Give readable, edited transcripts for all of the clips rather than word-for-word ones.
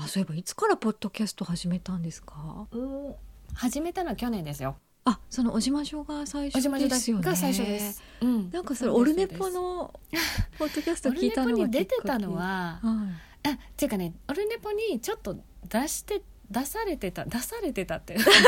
そういえばいつからポッドキャスト始めたんですか？ 始めたのは去年ですよ。 その小島女が最初ですよね。 が最初です、 なんかそれオルネポのポッドキャスト聞いたのがきっかけ。 オルネポに出てたのは、っていうかね、オルネポにちょっと出されてたって出されてた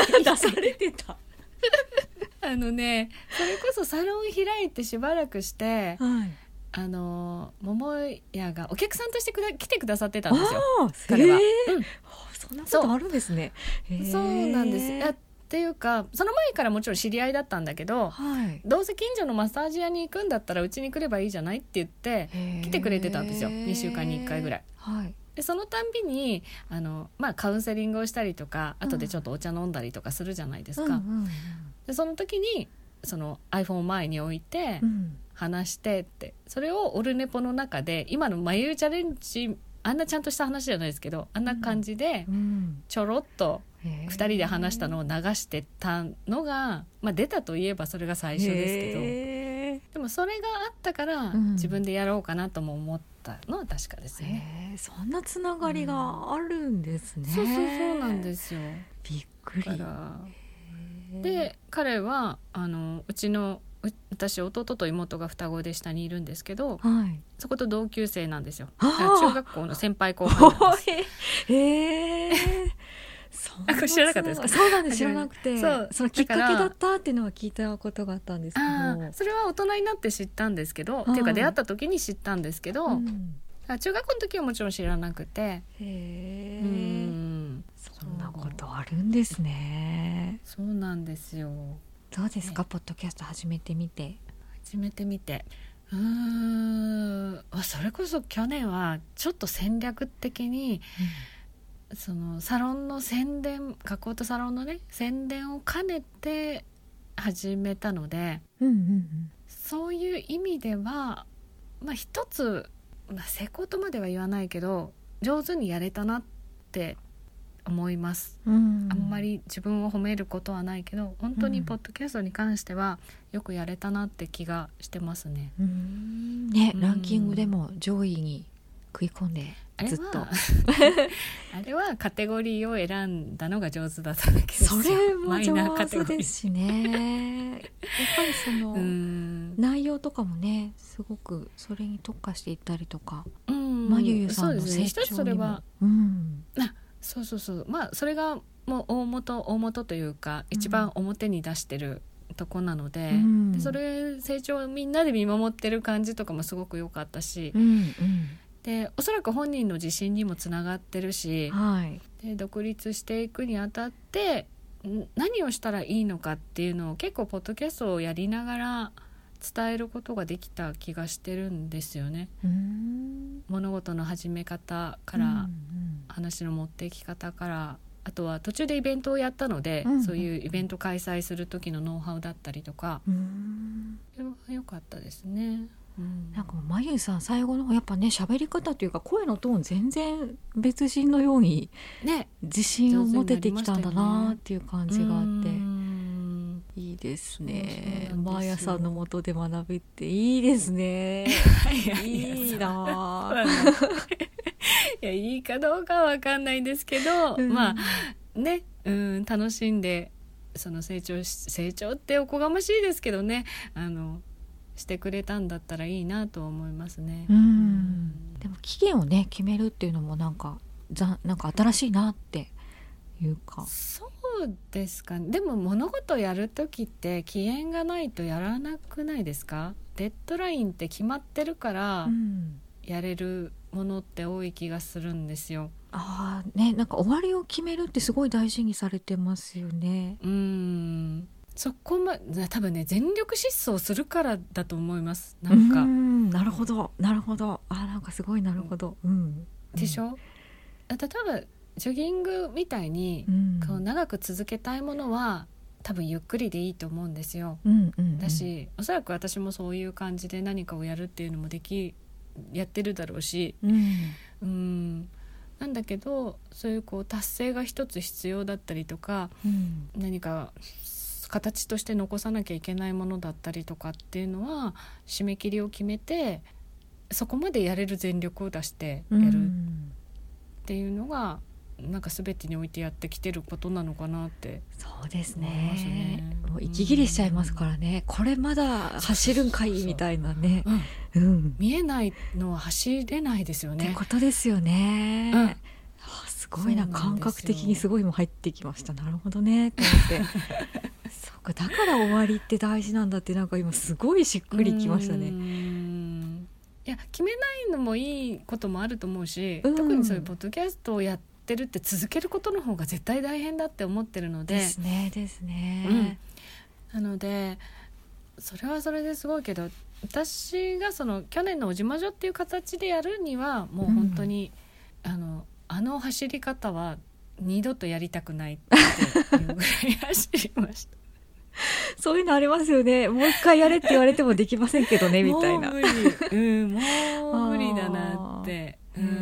それこそサロン開いてしばらくして、桃屋がお客さんとして来てくださってたんですよ、彼は。 そんなことあるんですね。 そうなんです。っていうかその前からもちろん知り合いだったんだけど、どうせ近所のマッサージ屋に行くんだったらうちに来ればいいじゃないって言って来てくれてたんですよ、2週間に1回ぐらい。でそのたんびにカウンセリングをしたりとか、後でちょっとお茶飲んだりとかするじゃないですか。でその時にその iPhone を前に置いて話してって、それをオルネポの中で今の眉チャレンジ、あんなちゃんとした話じゃないですけど、あんな感じでちょろっと2人で話したのを流してたのが、出たといえばそれが最初ですけど、でもそれがあったから自分でやろうかなとも思ったのは確かですね。 そんなつながりがあるんですね。 そうなんですよ。 びっくり。 で彼は私弟と妹が双子で下にいるんですけど、そこと同級生なんですよ。中学校の先輩後輩なんです。知らなかったですか？ そうなんです、知らなくて、そのきっかけだったっていうのは聞いたことがあったんですけど、 それは大人になって知ったんですけど、っていうか出会った時に知ったんですけど、中学校の時はもちろん知らなくて。 そんなことあるんですね。 そうなんですよ。 どうですか、ポッドキャスト始めてみて。 それこそ去年はちょっと戦略的に、そのサロンの宣伝、加工とサロンのね宣伝を兼ねて始めたので、そういう意味では一つ、成功とまでは言わないけど上手にやれたなって思います。あんまり自分を褒めることはないけど、本当にポッドキャストに関してはよくやれたなって気がしてますね。 ランキングでも上位に食い込んでずっとあれはカテゴリーを選んだのが上手だっただけですよ。 それも上手ですしね。やっぱりその内容とかもね、すごくそれに特化していったりとか、まゆゆさんの成長にも、 それがもう大元というか一番表に出してるとこなので、でそれ成長をみんなで見守ってる感じとかもすごく良かったし、でおそらく本人の自信にもつながってるし、で独立していくにあたって何をしたらいいのかっていうのを結構ポッドキャストをやりながら伝えることができた気がしてるんですよね。物事の始め方から、話の持っていき方から、あとは途中でイベントをやったので、そういうイベント開催する時のノウハウだったりとか、それは良かったですね。 なんかまゆさん最後のやっぱね、喋り方というか声のトーン全然別人のように、自信を持ててきたんだなっていう感じがあって、いいですね。マーヤさんの元で学ぶっていいですね。いいな。 いや、いいかどうかは分かんないんですけど、楽しんでその成長っておこがましいですけどね、してくれたんだったらいいなと思いますね。 でも期限をね決めるっていうのもなんか新しいなっていうか。 そうですか。でも物事やるときって期限がないとやらなくないですか？デッドラインって決まってるから、やれるものって多い気がするんですよ。 なんか終わりを決めるってすごい大事にされてますよね。 そこ多分ね、全力疾走するからだと思います。なるほどなんかすごいなるほど、 でしょ。例えばジョギングみたいに、こう長く続けたいものは多分ゆっくりでいいと思うんですよ。だしおそらく私もそういう感じで何かをやるっていうのもやってるだろうし、なんだけどそういう達成が一つ必要だったりとか、何か形として残さなきゃいけないものだったりとかっていうのは締め切りを決めてそこまでやれる全力を出してやるっっていうのがなんか全てにおいてやってきてることなのかなって。 そうですね。もう息切れしちゃいますからね、これまだ走るんかいみたいなね、 見えないのは走れないですよねってことですよね、すごいな、感覚的にすごいも入ってきました。なるほどねと思ってそうか、だから終わりって大事なんだって、なんか今すごいしっくりきましたね。 いや決めないのもいいこともあると思うし、特にそういうポッドキャストをやってるって続けることの方が絶対大変だって思ってるので、 ですねですね、 なのでそれはそれですごいけど、私がその去年のおじまじょっていう形でやるにはもう本当に、あの走り方は二度とやりたくないっていうぐらい走りましたそういうのありますよね。もう一回やれって言われてもできませんけどねみたいな。 もう無理、もう無理だなって。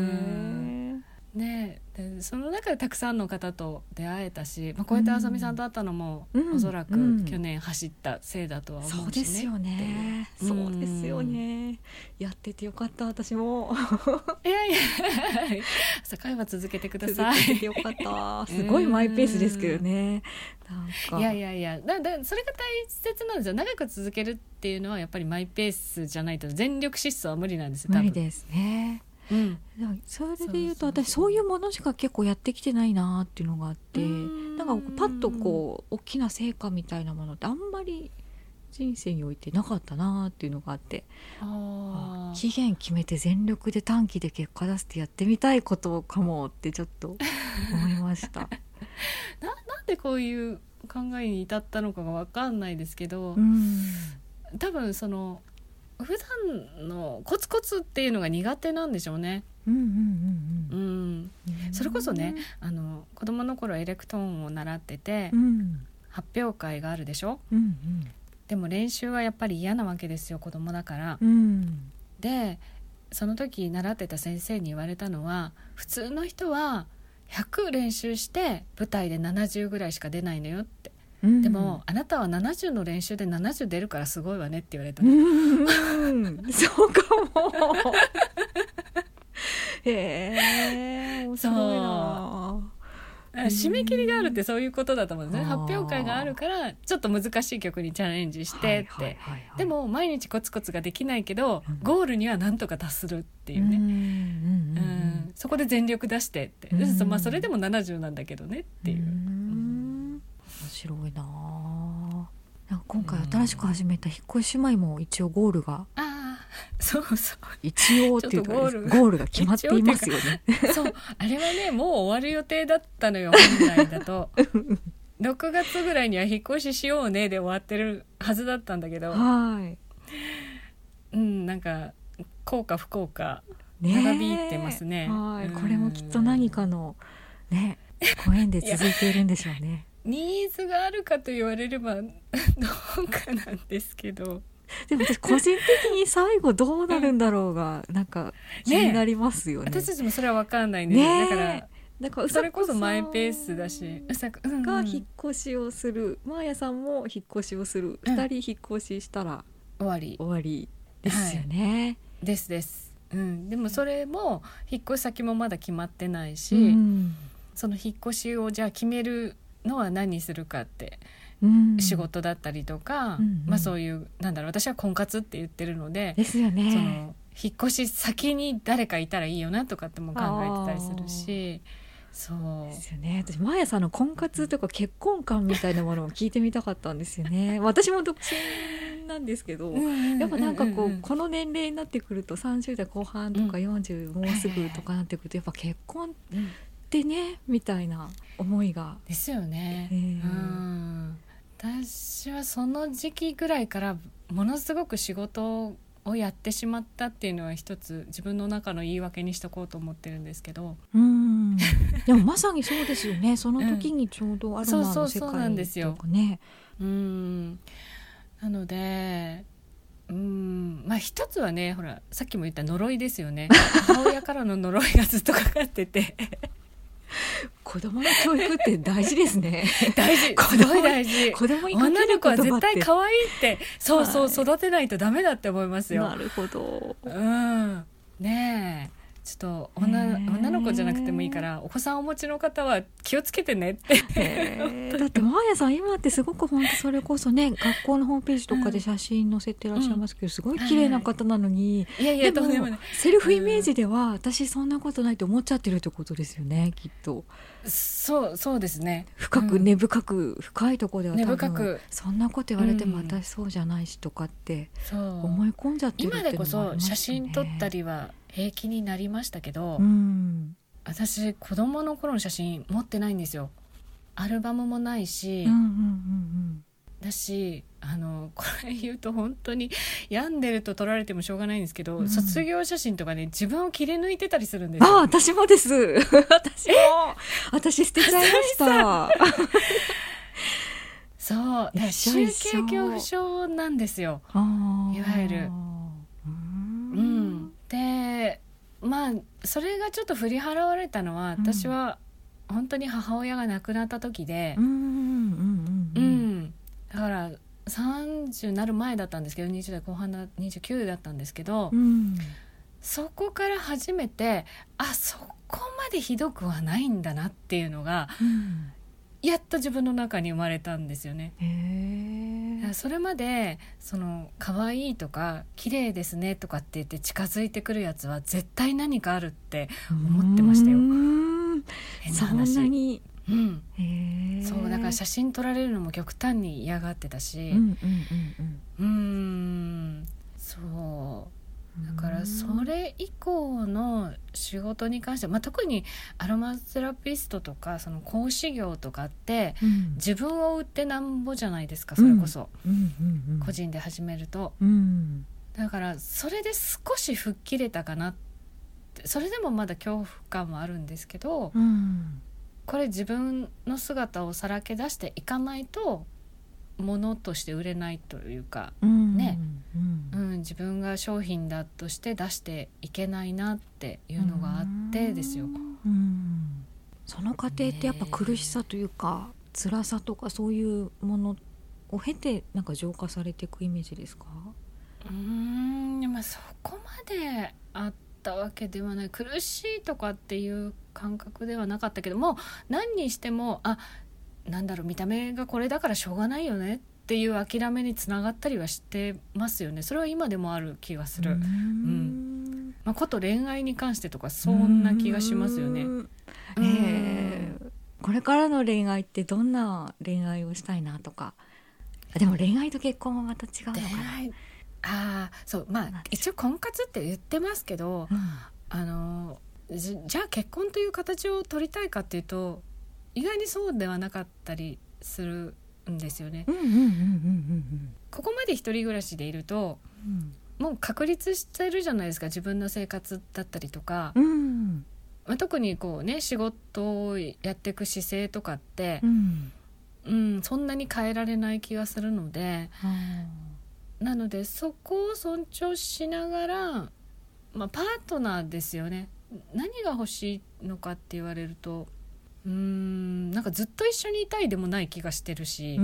ね、でその中でたくさんの方と出会えたし、こうやってあさみさんと会ったのも、おそらく去年走ったせいだとは思うしね。 そうですよね。そうですよね。やっててよかった、私も。 いや境は続けてください。 続けてよかった。すごいマイペースですけどね。なんかいやそれが大切なんですよ。長く続けるっていうのはやっぱりマイペースじゃないと全力疾走は無理なんですよ。 無理ですね。それで言うと私そういうものしか結構やってきてないなっていうのがあって、なんかパッとこう大きな成果みたいなものってあんまり人生においてなかったなっていうのがあって、期限決めて全力で短期で結果出してやってみたいことかもってちょっと思いましたなんでこういう考えに至ったのかが分かんないですけど、多分その普段のコツコツっていうのが苦手なんでしょうね。それこそね、子供の頃エレクトーンを習ってて、発表会があるでしょ、でも練習はやっぱり嫌なわけですよ、子供だから、でその時習ってた先生に言われたのは、普通の人は100練習して舞台で70ぐらいしか出ないのよって、でもあなたは70の練習で70出るからすごいわねって言われたの。 そうかも面白いな。 締め切りがあるってそういうことだと思うんですね。発表会があるからちょっと難しい曲にチャレンジしてって、でも毎日コツコツができないけど、ゴールにはなんとか達するっていうね、そこで全力出してって、それでも70なんだけどねっていう。 面白いな。なんか今回新しく始めた引っ越し姉妹も一応ゴールが、 そう一応っていうかゴールが決まっていますよね。 そう、あれはねもう終わる予定だったのよ、本来だと6月ぐらいには引っ越ししようねで終わってるはずだったんだけど、なんか幸か不幸か長引いてますね。 これもきっと何かのねご縁で続いているんでしょうね。 ニーズがあるかと言われればどうかなんですけど、 でも私個人的に最後どうなるんだろうがなんか気になりますよね。 私たちもそれは分かんないんですよ、だからそれこそマイペースだし、 が引っ越しをする、マーヤさんも引っ越しをする、2人引っ越ししたら終わりですよね。 です、でもそれも引っ越し先もまだ決まってないし、その引っ越しをじゃあ決めるのは何するかって、仕事だったりとか、そういう私は婚活って言ってるので、 ですよね、 その引っ越し先に誰かいたらいいよなとかっても考えてたりするし、そうですよね。私マーヤさんの婚活とか結婚観みたいなものを聞いてみたかったんですよね。私も独身なんですけど、やっぱなんかこの年齢になってくると30代後半とか40もうすぐとかなってくるとやっぱ結婚ってねみたいな思いがですよね。私はその時期ぐらいからものすごく仕事をやってしまったっていうのは一つ自分の中の言い訳にしとこうと思ってるんですけど、 でもまさにそうですよね。その時にちょうどアロマの世界とかね、 なので一つはね、ほらさっきも言った呪いですよね。母親からの呪いがずっとかかってて子供の教育って大事ですね。 大事、すごい大事。 子供にかける言葉って、 女の子は絶対可愛いって育てないとダメだって思いますよ。 なるほど。 ねえ、 ちょっと女の子じゃなくてもいいからお子さんお持ちの方は気をつけてねってだってマーヤさん今ってすごく本当それこそね学校のホームページとかで写真載せてらっしゃいますけど、すごい綺麗な方なのに、 いやいやでもとんでもないセルフイメージでは私そんなことないって思っちゃってるってことですよね、きっと。 そうですね。 深く根深く、深いところでは多根深分くそんなこと言われても私そうじゃないしとかって思い込んじゃってるっていうのもありますよね。 今でこそ写真撮ったりは平気になりましたけど、私子供の頃の写真持ってないんですよ。アルバムもないし、だしこれ言うと本当に病んでると撮られてもしょうがないんですけど、卒業写真とかね自分を切り抜いてたりするんですよ。 私もです私捨てちゃいましたそう集計恐怖症なんですよ、いわゆる。でまあそれがちょっと振り払われたのは、私は本当に母親が亡くなった時で、だから30なる前だったんですけど、20代後半だ29だったんですけど、そこから初めてそこまでひどくはないんだなっていうのが、やっと自分の中に生まれたんですよね。それまで可愛いとか綺麗ですねとかって言って近づいてくるやつは絶対何かあるって思ってましたよ。 そんなに、 そうだから写真撮られるのも極端に嫌がってたし、そうだからそれ以降の仕事に関しては、特にアロマセラピストとかその講師業とかって、自分を売ってなんぼじゃないですか、それこそ、個人で始めると、だからそれで少し吹っ切れたかなって。それでもまだ恐怖感もあるんですけど、これ自分の姿をさらけ出していかないと物として売れないというか、自分が商品だとして出していけないなっていうのがあってですよ。 その過程ってやっぱ苦しさというか、辛さとかそういうものを経てなんか浄化されていくイメージですか？ そこまであったわけではない。苦しいとかっていう感覚ではなかったけども、何にしても見た目がこれだからしょうがないよねっていう諦めにつながったりはしてますよね。それは今でもある気がする。こと恋愛に関してとかそんな気がしますよね。 これからの恋愛ってどんな恋愛をしたいなとか。でも恋愛と結婚はまた違うのかな。 そう一応婚活って言ってますけど、じゃあ結婚という形を取りたいかっていうと意外にそうではなかったりするんですよね。ここまで一人暮らしでいると、もう確立してるじゃないですか、自分の生活だったりとか、特に仕事をやっていく姿勢とかって、そんなに変えられない気がするので、なのでそこを尊重しながら、パートナーですよね。何が欲しいのかって言われると、なんかずっと一緒にいたいでもない気がしてるし、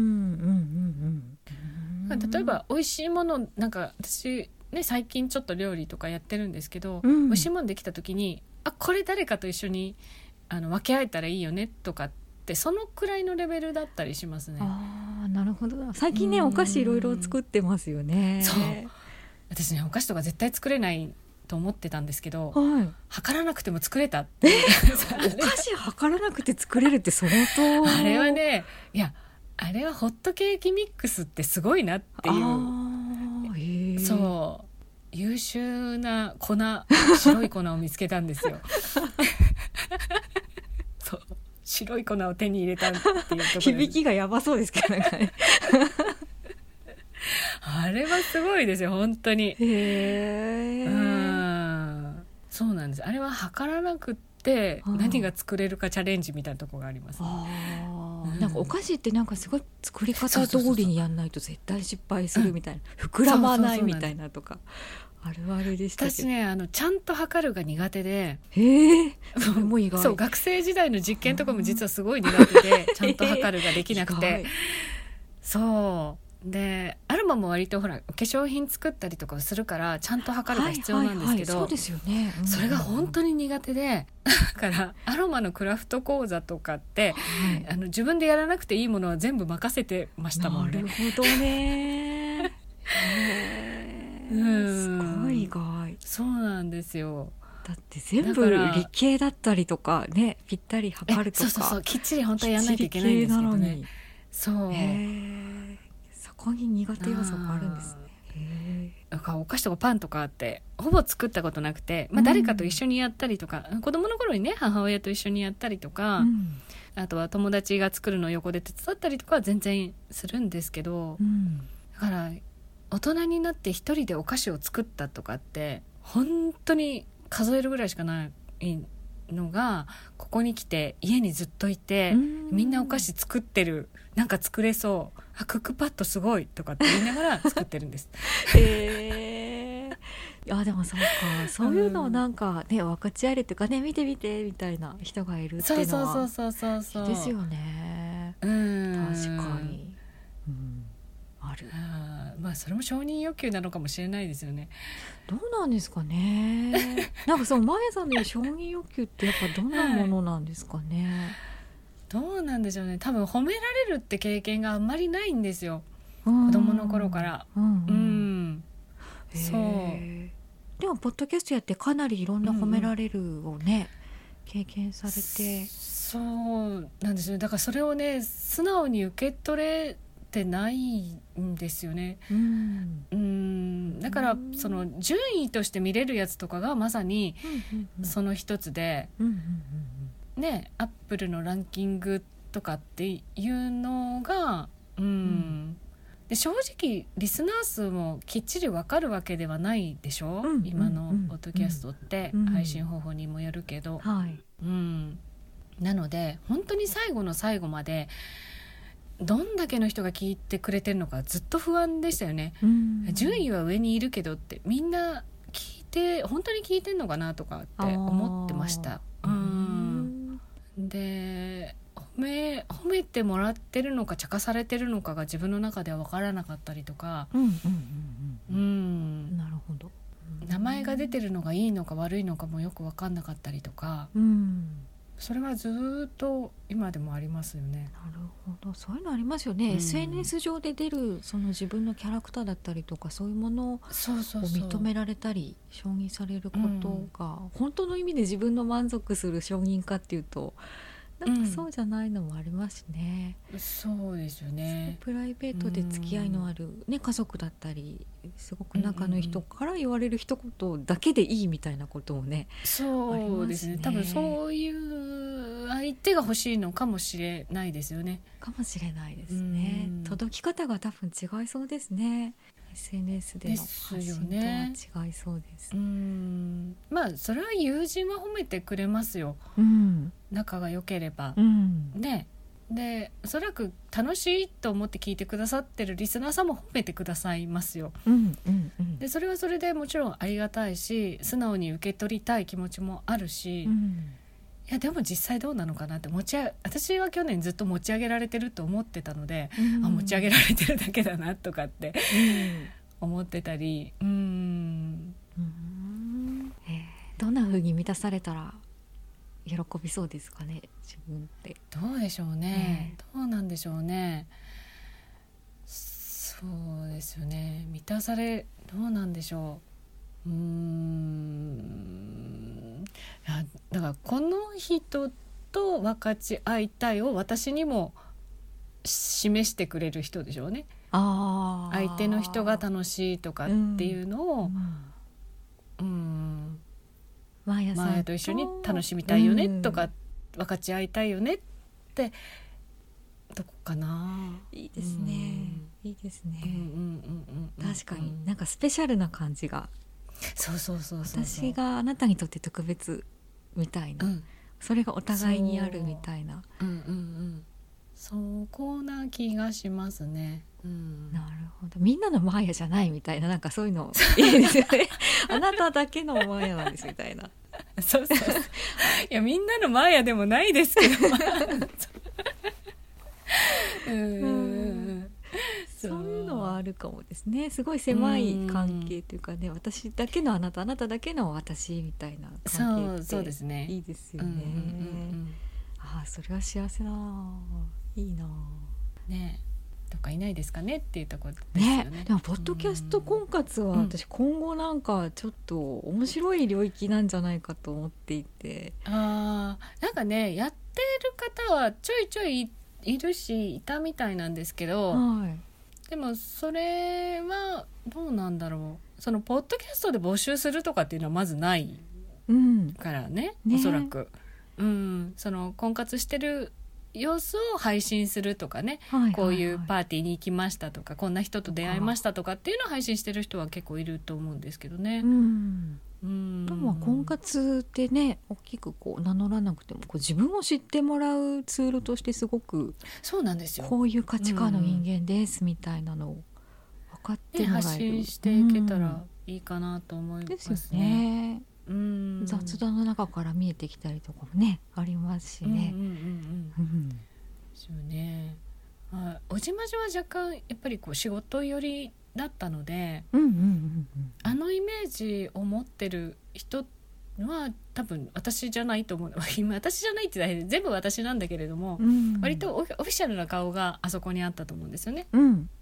例えば美味しいものなんか私ね、最近ちょっと料理とかやってるんですけど、美味しいものできた時にこれ誰かと一緒に分け合えたらいいよねとかってそのくらいのレベルだったりしますね。 なるほど。最近ねお菓子いろいろ作ってますよね。 そう、私ねお菓子とか絶対作れないと思ってたんですけど、測らなくても作れたってお菓子測らなくて作れるって相当あれはね、あれはホットケーキミックスってすごいなっていう、そう優秀な粉、白い粉を見つけたんですよそう白い粉を手に入れたっていうところ響きがやばそうですけどねあれはすごいですよ本当に。そうなんです。あれは測らなくって何が作れるかチャレンジみたいなところがあります。 なんかお菓子ってなんかすごい作り方通りにやんないと絶対失敗するみたいな、膨らまないみたいなとかあるあるでしたけど、 私ねちゃんと測るが苦手で、 それも意外。 そう学生時代の実験とかも実はすごい苦手でちゃんと測るができなくてそうでアロマも割とほら化粧品作ったりとかするからちゃんと測るが必要なんですけど、 そうですよね、 それが本当に苦手でだからアロマのクラフト講座とかって、自分でやらなくていいものは全部任せてましたもんね。 なるほどねすごい意外。 そうなんですよ。 だって全部理系だったりとかね、ぴったり測るとか、 そうきっちり本当はやらないといけないんですけどね。そうそこに苦手要素があるんですね。 だからお菓子とかパンとかあってほぼ作ったことなくて、誰かと一緒にやったりとか、子供の頃にね母親と一緒にやったりとか、あとは友達が作るのを横で手伝ったりとかは全然するんですけど、だから大人になって一人でお菓子を作ったとかって本当に数えるぐらいしかないのが、ここに来て家にずっといて、みんなお菓子作ってる、なんか作れそう、クックパッドすごいとかって言いながら作ってるんですいやでもそうか、そういうのをなんかね、分かち合えるっていうかね、見て見てみたいな人がいるっていうのはそうですよね。確かに、ある。 それも承認欲求なのかもしれないですよね。 どうなんですかねなんかそのまやさんの承認欲求ってやっぱどんなものなんですかね。 どうなんでしょうね。多分褒められるって経験があんまりないんですよ、子供の頃から。そうでもポッドキャストやってかなりいろんな褒められるをね、経験されて。 そうなんですよ。だからそれをね素直に受け取れてないんですよね。だからその順位として見れるやつとかがまさにその一つで、ね、アップルのランキングとかっていうのが、で正直リスナー数もきっちり分かるわけではないでしょ、今のポッドキャストって、配信方法にもよるけど、なので本当に最後の最後までどんだけの人が聞いてくれてるのかずっと不安でしたよね。順位は上にいるけどってみんな聞いて本当に聞いてんのかなとかって思ってました。で褒めてもらってるのか茶化されてるのかが自分の中では分からなかったりとか、なるほど、名前が出てるのがいいのか悪いのかもよく分かんなかったりとか、それはずっと今でもありますよね。 なるほど、そういうのありますよね。SNS 上で出るその自分のキャラクターだったりとか、そういうものを認められたり承認されることが、本当の意味で自分の満足する承認かっていうとなんかそうじゃないのもありますね。 そうですよね。 プライベートで付き合いのある、家族だったりすごく仲のいい人から言われる一言だけでいいみたいなこともね、 そうですね。多分そういう相手が欲しいのかもしれないですよね。 かもしれないですね。届き方が多分違いそうですね。SNS での発信とは違いそうです。 それは友人は褒めてくれますよ、仲が良ければ、ね。でおそらく楽しいと思って聞いてくださってるリスナーさんも褒めてくださいますよ、でそれはそれでもちろんありがたいし、素直に受け取りたい気持ちもあるし、いやでも実際どうなのかなって私は去年ずっと持ち上げられてると思ってたので、持ち上げられてるだけだなとかって、思ってたり、 どんな風に満たされたら喜びそうですかね、自分って。 どうでしょうね、どうなんでしょうね。そうですよね、満たされどうなんでしょう。いやだからこの人と分かち合いたいを私にも示してくれる人でしょうね。相手の人が楽しいとかっていうのを、マヤと一緒に楽しみたいよねとか、分かち合いたいよねってどこかな。 いいですね、いいですね。確かになんかスペシャルな感じが、 そう私があなたにとって特別みたいな、それがお互いにあるみたいな、 そこな気がしますね。 なるほど。みんなのマーヤじゃないみたいな、なんかそういうのいいですよねあなただけのマーヤなんですみたいなそういやみんなのマーヤでもないですけどそういうのるかもですね。すごい狭い関係というかね、私だけのあなた、あなただけの私みたいな関係っていいですよね。ああ、それは幸せだ。いいなね。とかいないですかねっていうところですよね。 でもポッドキャスト婚活は私今後なんかちょっと面白い領域なんじゃないかと思っていて、 なんかね、やってる方はちょいちょいいるしいたみたいなんですけど、はい、でもそれはどうなんだろう。そのポッドキャストで募集するとかっていうのはまずないからね、おそらく、その婚活してる様子を配信するとかね、こういうパーティーに行きましたとか、こんな人と出会いましたとかっていうのを配信してる人は結構いると思うんですけどね。 でも婚活ってね、大きくこう名乗らなくてもこう自分を知ってもらうツールとしてすごく、 そうなんですよ、 こういう価値観の人間ですみたいなのを分かってもらえる、 発信していけたらいいかなと思いますね。ですよね。 雑談の中から見えてきたりとかもねありますしね。 そうね。おじまじは若干やっぱりこう仕事寄りだったので、あのイメージを持ってる人は多分私じゃないと思う。今私じゃないって全部私なんだけれども、割とオフィシャルな顔があそこにあったと思うんですよね。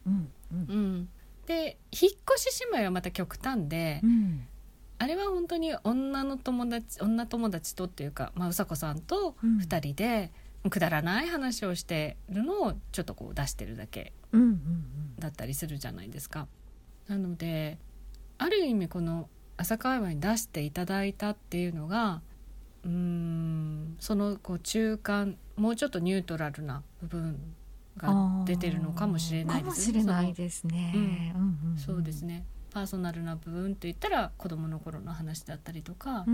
で引っ越し姉妹はまた極端で、あれは本当に女友達とっていうか、うさこさんと2人でくだらない話をしてるのをちょっとこう出してるだけだったりするじゃないですか。なのである意味この朝会話に出していただいたっていうのがそのこう中間、もうちょっとニュートラルな部分が出てるのかもしれないですね。 かもしれないですね。 そうですね。パーソナルな部分って言ったら子供の頃の話だったりとか、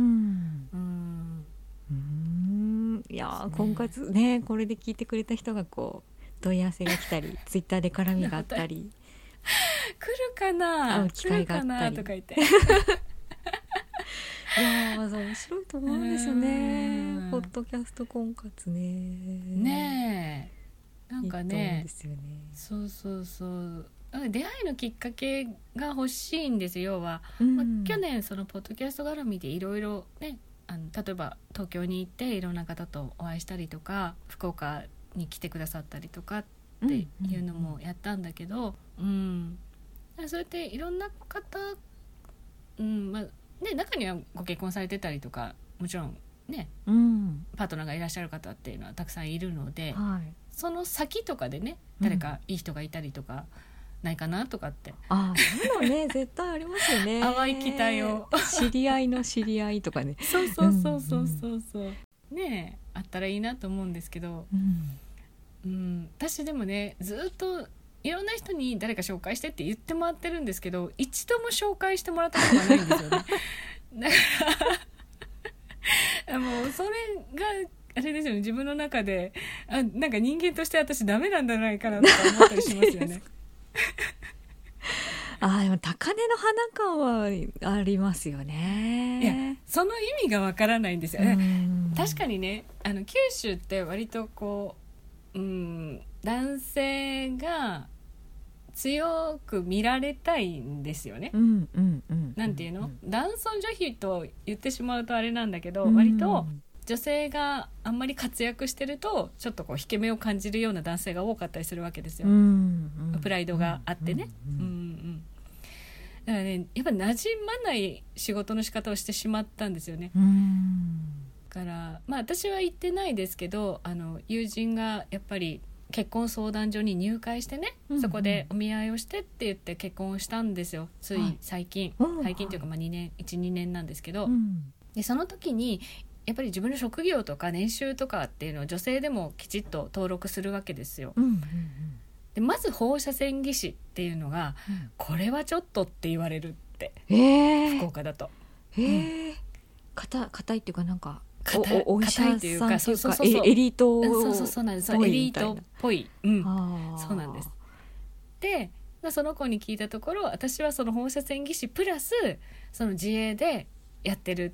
いや、ね、婚活ね、これで聞いてくれた人がこう問い合わせが来たりツイッターで絡みがあったり来るかな、 会う機会があったりとか言っていや、まず面白いと思うんですよね、ポッドキャスト婚活ね。 ねえ、なんかね、 いいですよね。 そう出会いのきっかけが欲しいんですよ。要は、去年そのポッドキャスト絡みでいろいろね、例えば東京に行っていろんな方とお会いしたりとか、福岡に来てくださったりとかっていうのもやったんだけど、そうやっていろんな方、中にはご結婚されてたりとか、もちろんね、パートナーがいらっしゃる方っていうのはたくさんいるので、その先とかでね、誰かいい人がいたりとかないかなとかって、 そういうのね絶対ありますよね。 淡い期待を知り合いの知り合いとかねそうね、あったらいいなと思うんですけど、私でもね、ずっといろんな人に誰か紹介してって言ってもらってるんですけど、一度も紹介してもらったことがないんですよねだからもうそれがあれですよね、自分の中でなんか人間として私ダメなんじゃないかなとか思ったりしますよねでも高嶺の花感はありますよね。 いや、その意味がわからないんですよ。確かにね、九州って割とこう、男性が強く見られたいんですよね。なんていうの、男尊女卑と言ってしまうとあれなんだけど、割と女性があんまり活躍してるとちょっとこう引け目を感じるような男性が多かったりするわけですよ。プライドがあってね。だからね、やっぱ馴染まない仕事の仕方をしてしまったんですよね。だから私は行ってないですけど、友人がやっぱり結婚相談所に入会してね、そこでお見合いをしてって言って結婚をしたんですよ、つい最近、最近というか1-2年なんですけど、でその時にやっぱり自分の職業とか年収とかっていうのを女性でもきちっと登録するわけですよ。でまず放射線技師っていうのが、これはちょっとって言われるって、福岡だと。 硬いっていうか、なんかお医者さんっていうか、 エリートそうなんです。エリートっぽい、そうなんです。でその子に聞いたところ、私はその放射線技師プラスその自営でやってるって、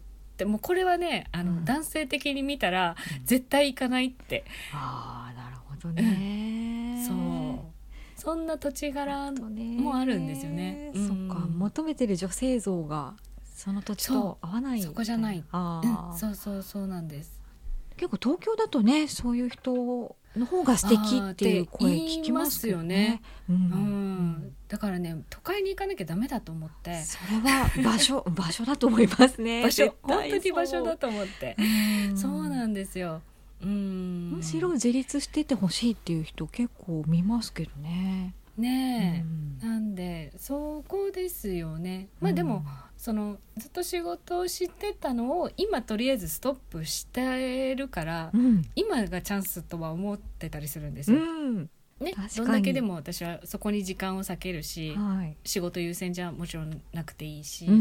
もうこれはね、男性的に見たら絶対行かないって。 なるほどね。 そんな土地柄もあるんですよね。 そっか、求めてる女性像がその土地と合わない。 そこじゃない。そうなんです。 結構東京だとね、そういう人の方が素敵っていう声聞きますよね。 だからね、都会に行かなきゃダメだと思って。 それは場所だと思いますね。 本当に場所だと思って。そうなんですよ。 むしろ自立しててほしいっていう人結構見ますけどね。 なんでそこですよね。でもずっと仕事をしてたのを今とりあえずストップしてるから、今がチャンスとは思ってたりするんですよ。どんだけでも私はそこに時間を割けるし、仕事優先じゃもちろんなくていいし、チ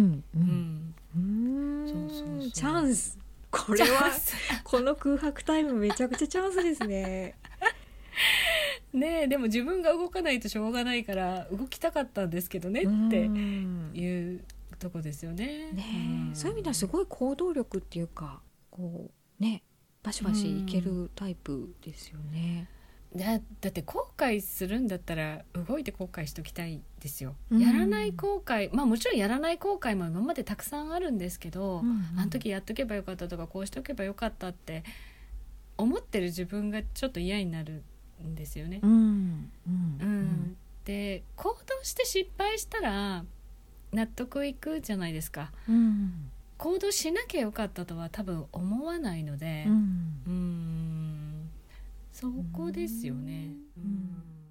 ャンス。これはこの空白タイムめちゃくちゃチャンスですね。 でも自分が動かないとしょうがないから動きたかったんですけどねっていうとこですよね。 そういう意味ではすごい行動力っていうか、こうね、バシバシいけるタイプですよね。 だって後悔するんだったら動いて後悔しときたいですよ。やらない後悔、もちろんやらない後悔も今までたくさんあるんですけど、あの時やっとけばよかったとかこうしとけばよかったって思ってる自分がちょっと嫌になるんですよね。で行動して失敗したら納得いくじゃないですか。行動しなきゃよかったとは多分思わないので、そこですよね。